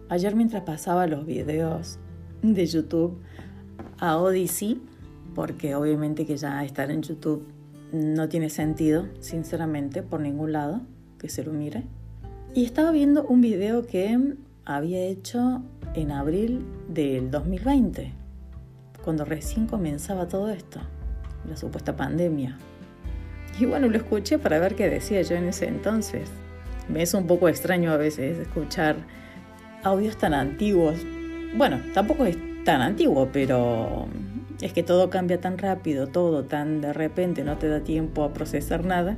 Ayer mientras pasaba los videos de YouTube a Odyssey, porque obviamente que ya estar en YouTube no tiene sentido, sinceramente, por ningún lado, que se lo mire. Y estaba viendo un video que había hecho en abril del 2020, cuando recién comenzaba todo esto, la supuesta pandemia. Y bueno, lo escuché para ver qué decía yo en ese entonces. Me es un poco extraño a veces escuchar audios tan antiguos. Bueno, tampoco es tan antiguo, pero es que todo cambia tan rápido, todo tan de repente, no te da tiempo a procesar nada,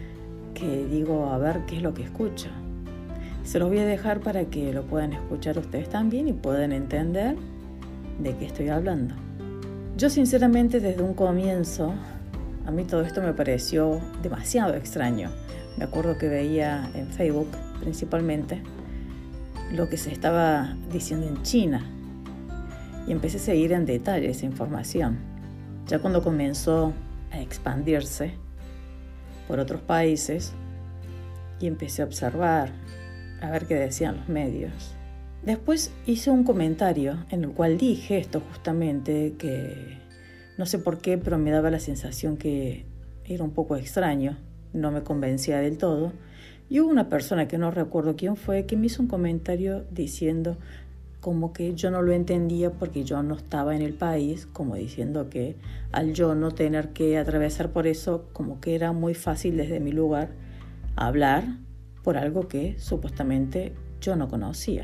que digo, a ver qué es lo que escucho. Se los voy a dejar para que lo puedan escuchar ustedes también y puedan entender de qué estoy hablando. Yo sinceramente desde un comienzo, a mí todo esto me pareció demasiado extraño. Me acuerdo que veía en Facebook principalmente lo que se estaba diciendo en China y empecé a seguir en detalle esa información. Ya cuando comenzó a expandirse por otros países y empecé a observar, a ver qué decían los medios. Después hice un comentario en el cual dije esto justamente, que no sé por qué, pero me daba la sensación que era un poco extraño, no me convencía del todo. Y hubo una persona, que no recuerdo quién fue, que me hizo un comentario diciendo como que yo no lo entendía porque yo no estaba en el país, como diciendo que al yo no tener que atravesar por eso, como que era muy fácil desde mi lugar hablar por algo que supuestamente yo no conocía.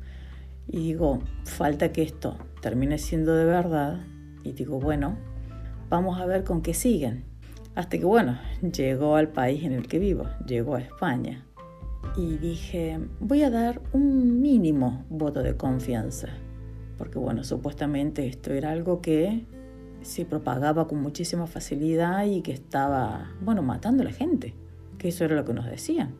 Y digo, falta que esto termine siendo de verdad. Y digo, bueno, vamos a ver con qué siguen. Hasta que, bueno, llegó al país en el que vivo, llegó a España. Y dije, voy a dar un mínimo voto de confianza. Porque, bueno, supuestamente esto era algo que se propagaba con muchísima facilidad y que estaba, bueno, matando a la gente. Que eso era lo que nos decían.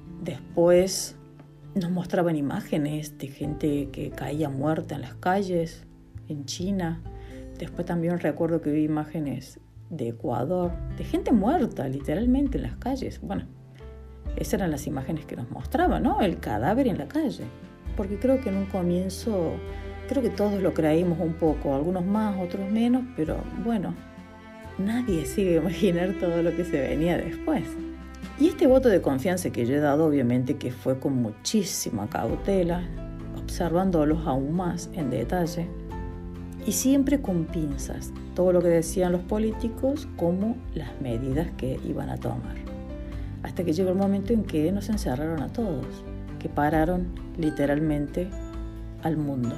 Después nos mostraban imágenes de gente que caía muerta en las calles, en China. Después también recuerdo que vi imágenes de Ecuador, de gente muerta literalmente en las calles. Bueno, esas eran las imágenes que nos mostraban, ¿no? El cadáver en la calle. Porque creo que en un comienzo, creo que todos lo creímos un poco, algunos más, otros menos, pero bueno, nadie se iba a imaginar todo lo que se venía después. Y este voto de confianza que yo he dado, obviamente que fue con muchísima cautela, observándolos aún más en detalle, y siempre con pinzas, todo lo que decían los políticos como las medidas que iban a tomar. Hasta que llegó el momento en que nos encerraron a todos, que pararon literalmente al mundo.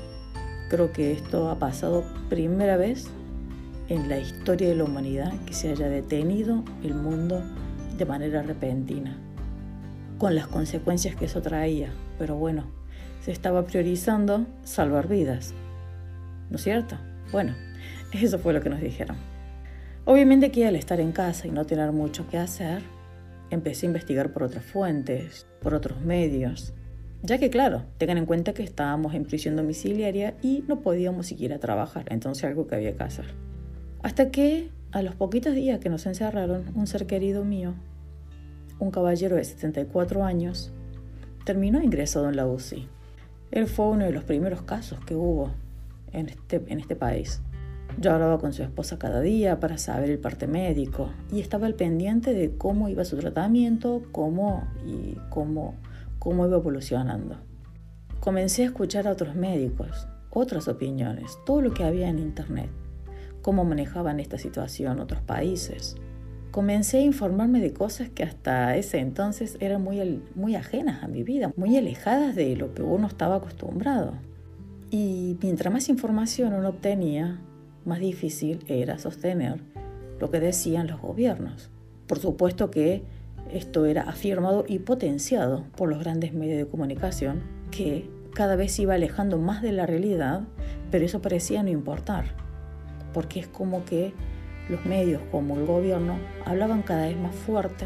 Creo que esto ha pasado primera vez en la historia de la humanidad que se haya detenido el mundo de manera repentina, con las consecuencias que eso traía. Pero bueno, se estaba priorizando salvar vidas, ¿no es cierto? Bueno, eso fue lo que nos dijeron. Obviamente que al estar en casa y no tener mucho que hacer, empecé a investigar por otras fuentes, por otros medios, ya que claro, tengan en cuenta que estábamos en prisión domiciliaria y no podíamos siquiera trabajar, entonces algo que había que hacer. Hasta que a los poquitos días que nos encerraron, un ser querido mío, un caballero de 74 años, terminó ingresado en la UCI. Él fue uno de los primeros casos que hubo en este país. Yo hablaba con su esposa cada día para saber el parte médico y estaba al pendiente de cómo iba su tratamiento, cómo iba evolucionando. Comencé a escuchar a otros médicos, otras opiniones, todo lo que había en internet, cómo manejaban esta situación otros países. Comencé a informarme de cosas que hasta ese entonces eran muy ajenas a mi vida, muy alejadas de lo que uno estaba acostumbrado. Y mientras más información uno obtenía, más difícil era sostener lo que decían los gobiernos. Por supuesto que esto era afirmado y potenciado por los grandes medios de comunicación, que cada vez se iba alejando más de la realidad, pero eso parecía no importar, porque es como que los medios como el gobierno hablaban cada vez más fuerte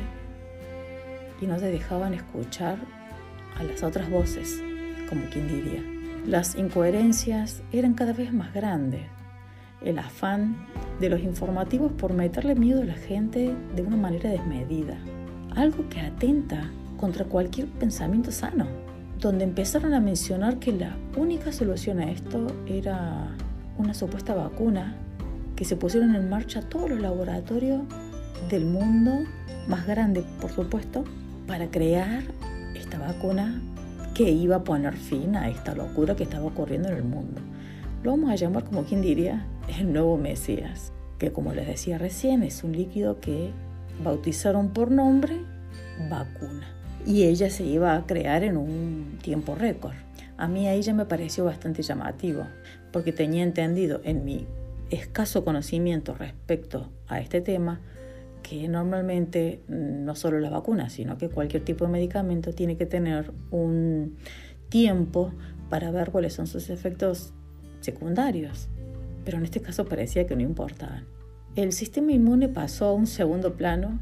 y no se dejaban escuchar a las otras voces, como quien diría. Las incoherencias eran cada vez más grandes. El afán de los informativos por meterle miedo a la gente de una manera desmedida. Algo que atenta contra cualquier pensamiento sano. donde empezaron a mencionar que la única solución a esto era una supuesta vacuna, que se pusieron en marcha todos los laboratorios del mundo, más grande por supuesto, para crear esta vacuna que iba a poner fin a esta locura que estaba ocurriendo en el mundo. Lo vamos a llamar, como quien diría, el nuevo Mesías, que como les decía recién, es un líquido que bautizaron por nombre vacuna. Y ella se iba a crear en un tiempo récord. A mí a ella me pareció bastante llamativo, porque tenía entendido en mi escaso conocimiento respecto a este tema, que normalmente no solo las vacunas, sino que cualquier tipo de medicamento tiene que tener un tiempo para ver cuáles son sus efectos secundarios. Pero en este caso parecía que no importaban. El sistema inmune pasó a un segundo plano,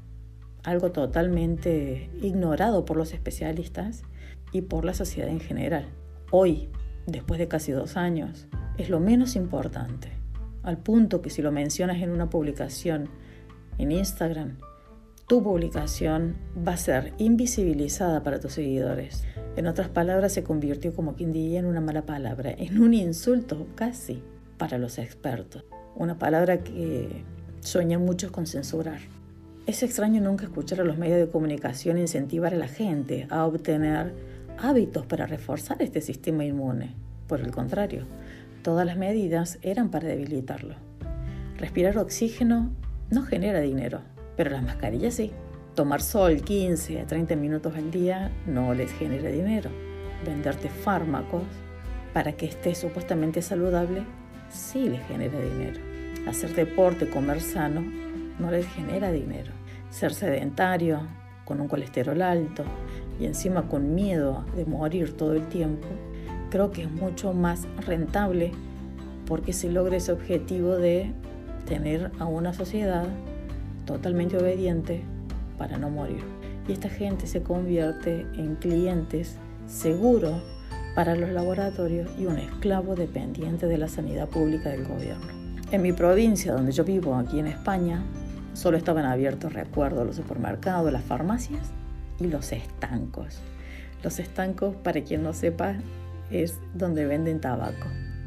algo totalmente ignorado por los especialistas y por la sociedad en general. Hoy, después de casi 2 años, es lo menos importante, al punto que si lo mencionas en una publicación en Instagram, tu publicación va a ser invisibilizada para tus seguidores. En otras palabras, se convirtió, como quien diría, en una mala palabra, en un insulto casi para los expertos. Una palabra que sueñan muchos con censurar. Es extraño nunca escuchar a los medios de comunicación incentivar a la gente a obtener hábitos para reforzar este sistema inmune. Por el contrario, todas las medidas eran para debilitarlo. Respirar oxígeno no genera dinero, pero las mascarillas sí. Tomar sol 15 a 30 minutos al día no les genera dinero. Venderte fármacos para que estés supuestamente saludable sí les genera dinero. Hacer deporte, comer sano, no les genera dinero. Ser sedentario, con un colesterol alto y encima con miedo de morir todo el tiempo, creo que es mucho más rentable porque se logra ese objetivo de tener a una sociedad totalmente obediente para no morir. Y esta gente se convierte en clientes seguros para los laboratorios y un esclavo dependiente de la sanidad pública del gobierno. En mi provincia, donde yo vivo, aquí en España, solo estaban abiertos, recuerdo, los supermercados, las farmacias y los estancos. Los estancos, para quien no sepa, es donde venden tabaco.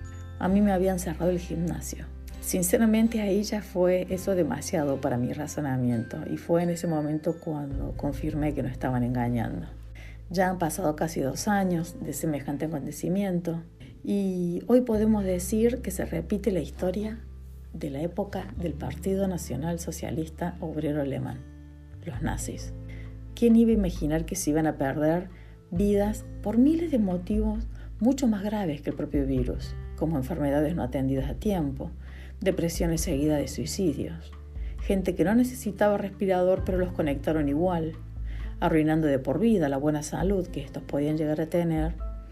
A mí me habían cerrado el gimnasio. Sinceramente, ahí ya fue eso demasiado para mi razonamiento y fue en ese momento cuando confirmé que no estaban engañando. Ya han pasado casi 2 años de semejante acontecimiento y hoy podemos decir que se repite la historia de la época del Partido Nacional Socialista Obrero Alemán, los nazis. ¿Quién iba a imaginar que se iban a perder vidas por miles de motivos mucho más graves que el propio virus, como enfermedades no atendidas a tiempo, depresiones seguidas de suicidios, gente que no necesitaba respirador pero los conectaron igual, arruinando de por vida la buena salud que estos podían llegar a tener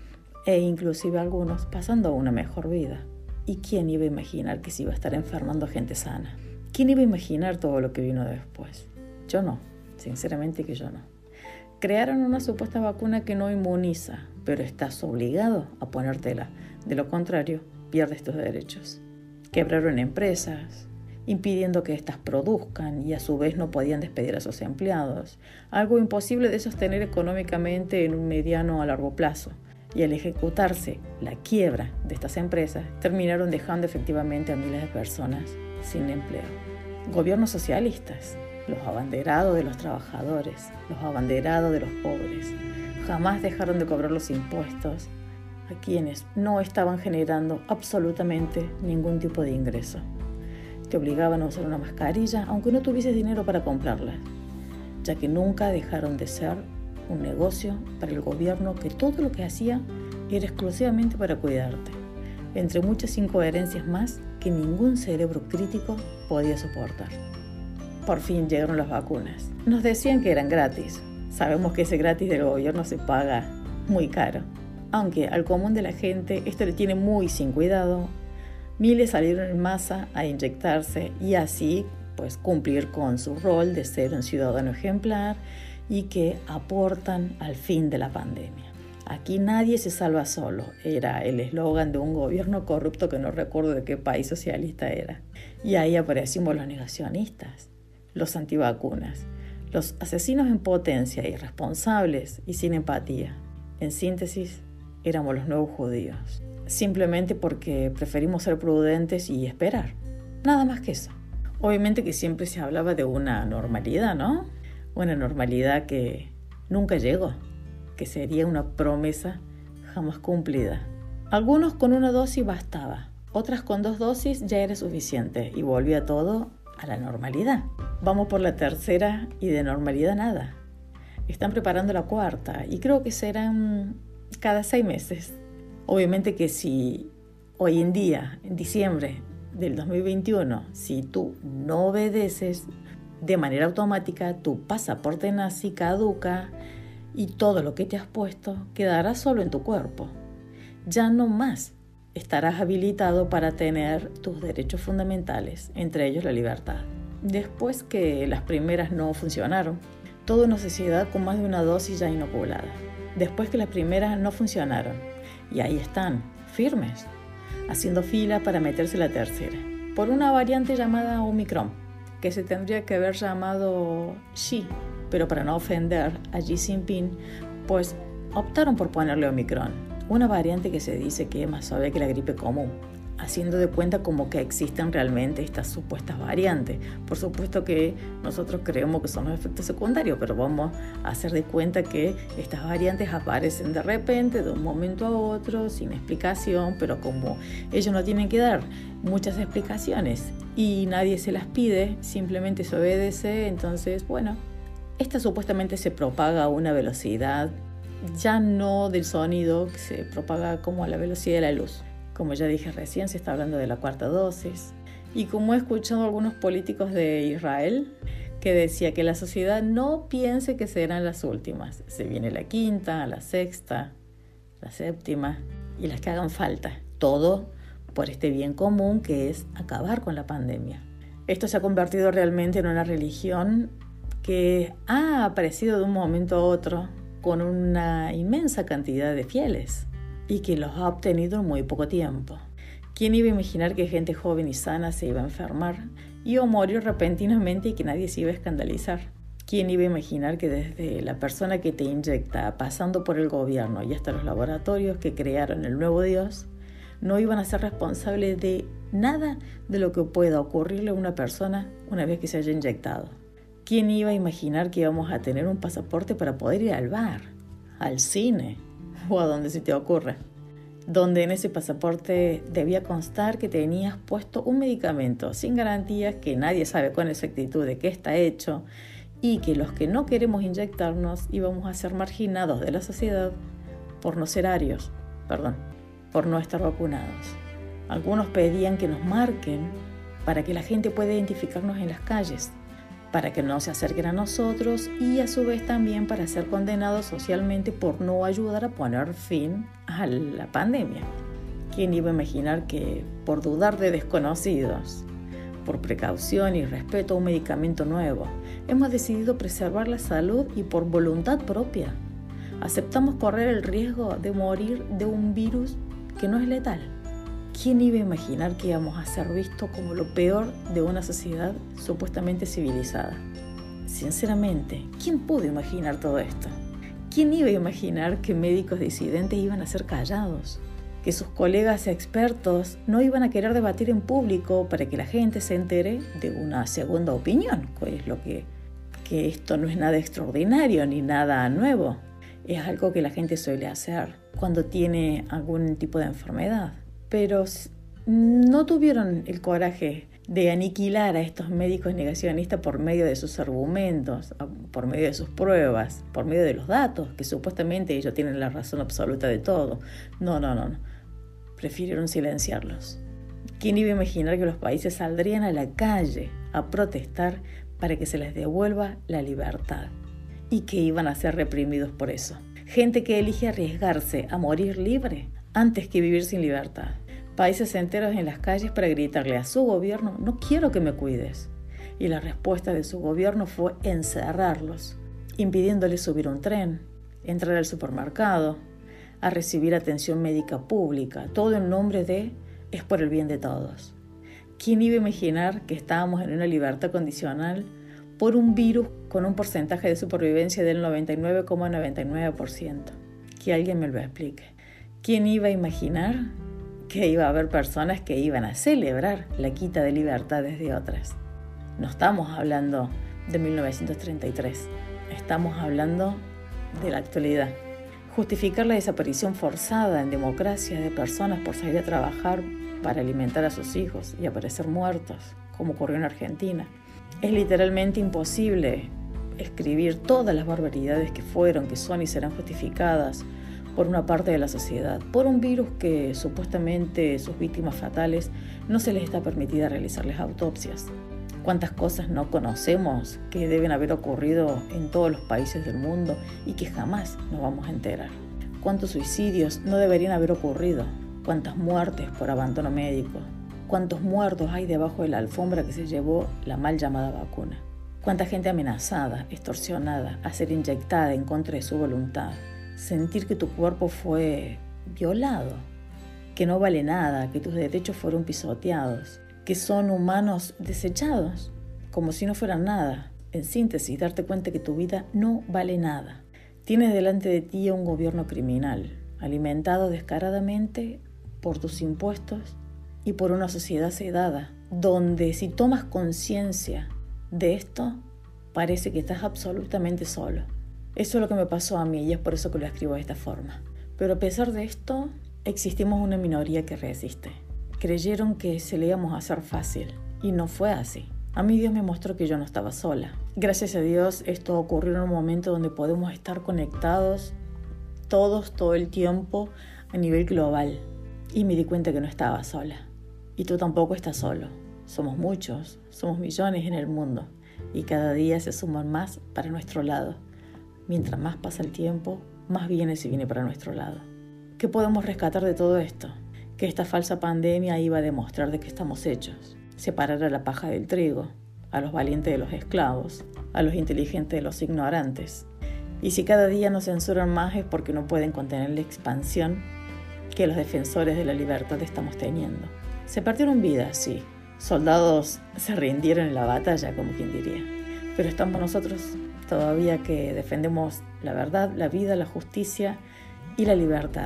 e inclusive algunos pasando a una mejor vida? ¿Y quién iba a imaginar que se iba a estar enfermando gente sana? ¿Quién iba a imaginar todo lo que vino después? Yo no, sinceramente que yo no. Crearon una supuesta vacuna que no inmuniza, pero estás obligado a ponértela. De lo contrario, pierdes tus derechos. Quebraron empresas, impidiendo que éstas produzcan y a su vez no podían despedir a sus empleados. Algo imposible de sostener económicamente en un mediano a largo plazo. Y al ejecutarse la quiebra de estas empresas, terminaron dejando efectivamente a miles de personas sin empleo. Gobiernos socialistas, los abanderados de los trabajadores, los abanderados de los pobres, jamás dejaron de cobrar los impuestos a quienes no estaban generando absolutamente ningún tipo de ingreso. Te obligaban a usar una mascarilla aunque no tuvieses dinero para comprarla, ya que nunca dejaron de ser un negocio para el gobierno que todo lo que hacía era exclusivamente para cuidarte, entre muchas incoherencias más que ningún cerebro crítico podía soportar. Por fin llegaron las vacunas. Nos decían que eran gratis. Sabemos que ese gratis del gobierno se paga muy caro, aunque al común de la gente esto le tiene muy sin cuidado. Miles salieron en masa a inyectarse y así pues cumplir con su rol de ser un ciudadano ejemplar y que aportan al fin de la pandemia. Aquí nadie se salva solo, era el eslogan de un gobierno corrupto que no recuerdo de qué país socialista era. Y ahí aparecimos los negacionistas, los antivacunas, los asesinos en potencia, irresponsables y sin empatía. En síntesis, éramos los nuevos judíos, simplemente porque preferimos ser prudentes y esperar. Nada más que eso. Obviamente que siempre se hablaba de una normalidad, ¿no? Una normalidad que nunca llegó, que sería una promesa jamás cumplida. Algunos con una dosis bastaba, otras con 2 dosis ya era suficiente y volvía todo a la normalidad. Vamos por la tercera y de normalidad nada. Están preparando la cuarta y creo que serán cada 6 meses. Obviamente que si hoy en día, en diciembre del 2021, si tú no obedeces de manera automática, tu pasaporte nazi caduca y todo lo que te has puesto quedará solo en tu cuerpo. Ya no más estarás habilitado para tener tus derechos fundamentales, entre ellos la libertad. Después que las primeras no funcionaron, toda una sociedad con más de una dosis ya inoculada. Después que las primeras no funcionaron, y ahí están, firmes, haciendo fila para meterse la tercera, por una variante llamada Omicron, que se tendría que haber llamado Xi, pero para no ofender a Xi Jinping, pues optaron por ponerle Omicron, una variante que se dice que es más suave que la gripe común, haciendo de cuenta como que existen realmente estas supuestas variantes. Por supuesto que nosotros creemos que son los efectos secundarios, pero vamos a hacer de cuenta que estas variantes aparecen de repente, de un momento a otro, sin explicación, pero como ellos no tienen que dar muchas explicaciones y nadie se las pide, simplemente se obedece, entonces, bueno, esta supuestamente se propaga a una velocidad ya no del sonido, que se propaga como a la velocidad de la luz. Como ya dije recién, se está hablando de la cuarta dosis. Y como he escuchado a algunos políticos de Israel que decía que la sociedad no piense que serán las últimas. Se viene la quinta, la sexta, la séptima y las que hagan falta. Todo por este bien común que es acabar con la pandemia. Esto se ha convertido realmente en una religión que ha aparecido de un momento a otro con una inmensa cantidad de fieles y que los ha obtenido en muy poco tiempo. ¿Quién iba a imaginar que gente joven y sana se iba a enfermar y o morir repentinamente y que nadie se iba a escandalizar? ¿Quién iba a imaginar que desde la persona que te inyecta, pasando por el gobierno y hasta los laboratorios que crearon el nuevo Dios, no iban a ser responsables de nada de lo que pueda ocurrirle a una persona una vez que se haya inyectado? ¿Quién iba a imaginar que íbamos a tener un pasaporte para poder ir al bar, al cine o a donde se te ocurra? Donde en ese pasaporte debía constar que tenías puesto un medicamento sin garantías, que nadie sabe con exactitud de qué está hecho y que los que no queremos inyectarnos íbamos a ser marginados de la sociedad por no ser arios, por no estar vacunados. Algunos pedían que nos marquen para que la gente pueda identificarnos en las calles, para que no se acerquen a nosotros y a su vez también para ser condenados socialmente por no ayudar a poner fin a la pandemia. ¿Quién iba a imaginar que por dudar de desconocidos, por precaución y respeto a un medicamento nuevo, hemos decidido preservar la salud y por voluntad propia aceptamos correr el riesgo de morir de un virus que no es letal? ¿Quién iba a imaginar que íbamos a ser vistos como lo peor de una sociedad supuestamente civilizada? Sinceramente, ¿quién pudo imaginar todo esto? ¿Quién iba a imaginar que médicos disidentes iban a ser callados? Que sus colegas expertos no iban a querer debatir en público para que la gente se entere de una segunda opinión, que es lo que esto no es nada extraordinario ni nada nuevo. Es algo que la gente suele hacer cuando tiene algún tipo de enfermedad. Pero no tuvieron el coraje de aniquilar a estos médicos negacionistas por medio de sus argumentos, por medio de sus pruebas, por medio de los datos, que supuestamente ellos tienen la razón absoluta de todo. No. Prefirieron silenciarlos. ¿Quién iba a imaginar que los países saldrían a la calle a protestar para que se les devuelva la libertad y que iban a ser reprimidos por eso? Gente que elige arriesgarse a morir libre antes que vivir sin libertad. Países enteros en las calles para gritarle a su gobierno: no quiero que me cuides. Y la respuesta de su gobierno fue encerrarlos, impidiéndoles subir un tren, entrar al supermercado, a recibir atención médica pública, todo en nombre de es por el bien de todos. ¿Quién iba a imaginar que estábamos en una libertad condicional por un virus con un porcentaje de supervivencia del 99,99%? que alguien me lo explique. ¿Quién iba a imaginar que iba a haber personas que iban a celebrar la quita de libertades de otras? No estamos hablando de 1933, estamos hablando de la actualidad. Justificar la desaparición forzada en democracia de personas por salir a trabajar para alimentar a sus hijos y aparecer muertos, como ocurrió en Argentina. Es literalmente imposible escribir todas las barbaridades que fueron, que son y serán justificadas por una parte de la sociedad, por un virus que supuestamente sus víctimas fatales no se les está permitida realizarles autopsias. ¿Cuántas cosas no conocemos que deben haber ocurrido en todos los países del mundo y que jamás nos vamos a enterar? ¿Cuántos suicidios no deberían haber ocurrido? ¿Cuántas muertes por abandono médico? ¿Cuántos muertos hay debajo de la alfombra que se llevó la mal llamada vacuna? ¿Cuánta gente amenazada, extorsionada, a ser inyectada en contra de su voluntad? Sentir que tu cuerpo fue violado, que no vale nada, que tus derechos fueron pisoteados, que son humanos desechados, como si no fueran nada. En síntesis, darte cuenta que tu vida no vale nada. Tienes delante de ti un gobierno criminal, alimentado descaradamente por tus impuestos y por una sociedad sedada, donde si tomas conciencia de esto, parece que estás absolutamente solo. Eso es lo que me pasó a mí y es por eso que lo escribo de esta forma. Pero a pesar de esto, existimos una minoría que resiste. Creyeron que se le íbamos a hacer fácil y no fue así. A mí Dios me mostró que yo no estaba sola. Gracias a Dios esto ocurrió en un momento donde podemos estar conectados todos, todo el tiempo a nivel global. Y me di cuenta que no estaba sola. Y tú tampoco estás solo. Somos muchos, somos millones en el mundo y cada día se suman más para nuestro lado. Mientras más pasa el tiempo, más viene para nuestro lado. ¿Qué podemos rescatar de todo esto? Que esta falsa pandemia iba a demostrar de qué estamos hechos. Separar a la paja del trigo, a los valientes de los esclavos, a los inteligentes de los ignorantes. Y si cada día nos censuran más es porque no pueden contener la expansión que los defensores de la libertad estamos teniendo. Se partieron vidas, sí. Soldados se rindieron en la batalla, como quien diría. Pero estamos nosotros todavía que defendemos la verdad, la vida, la justicia y la libertad.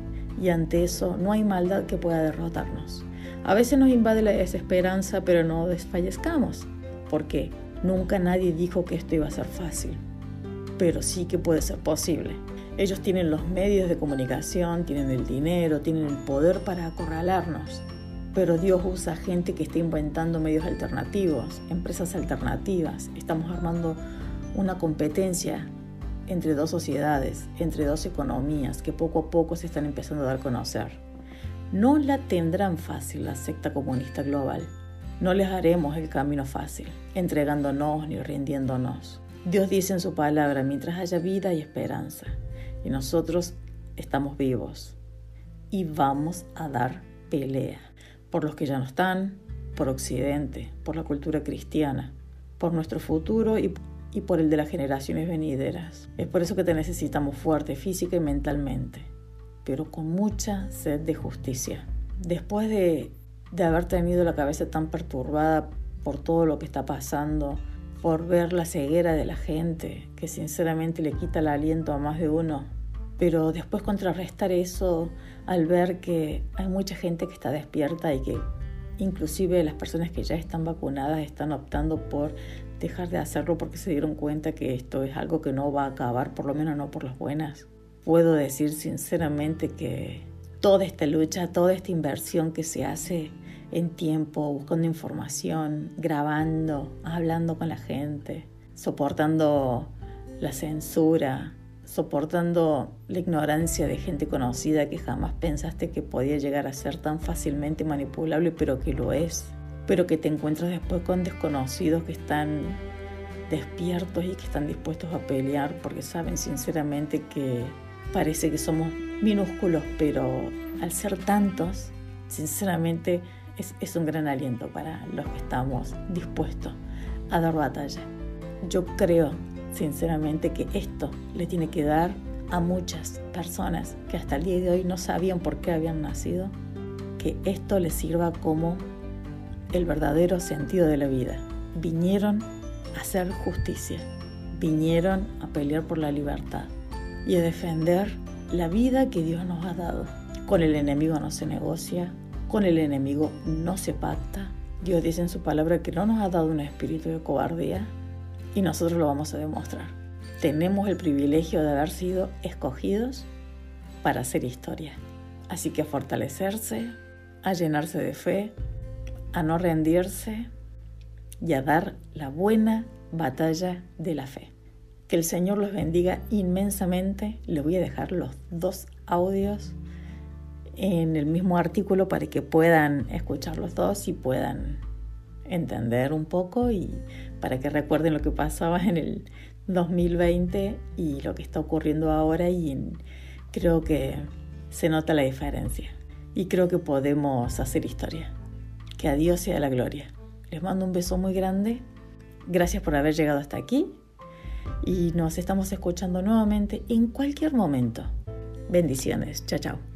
Y ante eso no hay maldad que pueda derrotarnos. A veces nos invade la desesperanza, pero no desfallezcamos. ¿Por qué? Nunca nadie dijo que esto iba a ser fácil. Pero sí que puede ser posible. Ellos tienen los medios de comunicación, tienen el dinero, tienen el poder para acorralarnos. Pero Dios usa gente que está inventando medios alternativos, empresas alternativas. Estamos armando una competencia entre dos sociedades, entre dos economías que poco a poco se están empezando a dar a conocer. No la tendrán fácil la secta comunista global. No les haremos el camino fácil, entregándonos ni rindiéndonos. Dios dice en su palabra, mientras haya vida hay esperanza. Y nosotros estamos vivos y vamos a dar pelea. Por los que ya no están, por Occidente, por la cultura cristiana, por nuestro futuro y por el de las generaciones venideras. Es por eso que te necesitamos fuerte física y mentalmente, pero con mucha sed de justicia. Después de haber tenido la cabeza tan perturbada por todo lo que está pasando, por ver la ceguera de la gente, que sinceramente le quita el aliento a más de uno, pero después contrarrestar eso al ver que hay mucha gente que está despierta y que inclusive las personas que ya están vacunadas están optando por dejar de hacerlo porque se dieron cuenta que esto es algo que no va a acabar, por lo menos no por las buenas. Puedo decir sinceramente que toda esta lucha, toda esta inversión que se hace en tiempo, buscando información, grabando, hablando con la gente, soportando la censura, soportando la ignorancia de gente conocida que jamás pensaste que podía llegar a ser tan fácilmente manipulable, pero que lo es, pero que te encuentras después con desconocidos que están despiertos y que están dispuestos a pelear porque saben sinceramente que parece que somos minúsculos, pero al ser tantos, sinceramente es un gran aliento para los que estamos dispuestos a dar batalla. Yo creo sinceramente que esto le tiene que dar a muchas personas que hasta el día de hoy no sabían por qué habían nacido, que esto les sirva como el verdadero sentido de la vida. Vinieron a hacer justicia, vinieron a pelear por la libertad y a defender la vida que Dios nos ha dado. Con el enemigo no se negocia, con el enemigo no se pacta. Dios dice en su palabra que no nos ha dado un espíritu de cobardía y nosotros lo vamos a demostrar. Tenemos el privilegio de haber sido escogidos para hacer historia. Así que a fortalecerse, a llenarse de fe, a no rendirse y a dar la buena batalla de la fe. Que el Señor los bendiga inmensamente. Les voy a dejar los 2 audios en el mismo artículo para que puedan escuchar los 2 y puedan entender un poco y para que recuerden lo que pasaba en el 2020 y lo que está ocurriendo ahora creo que se nota la diferencia y creo que podemos hacer historia. Que a Dios sea la gloria. Les mando un beso muy grande. Gracias por haber llegado hasta aquí y nos estamos escuchando nuevamente en cualquier momento. Bendiciones. Chao, chao.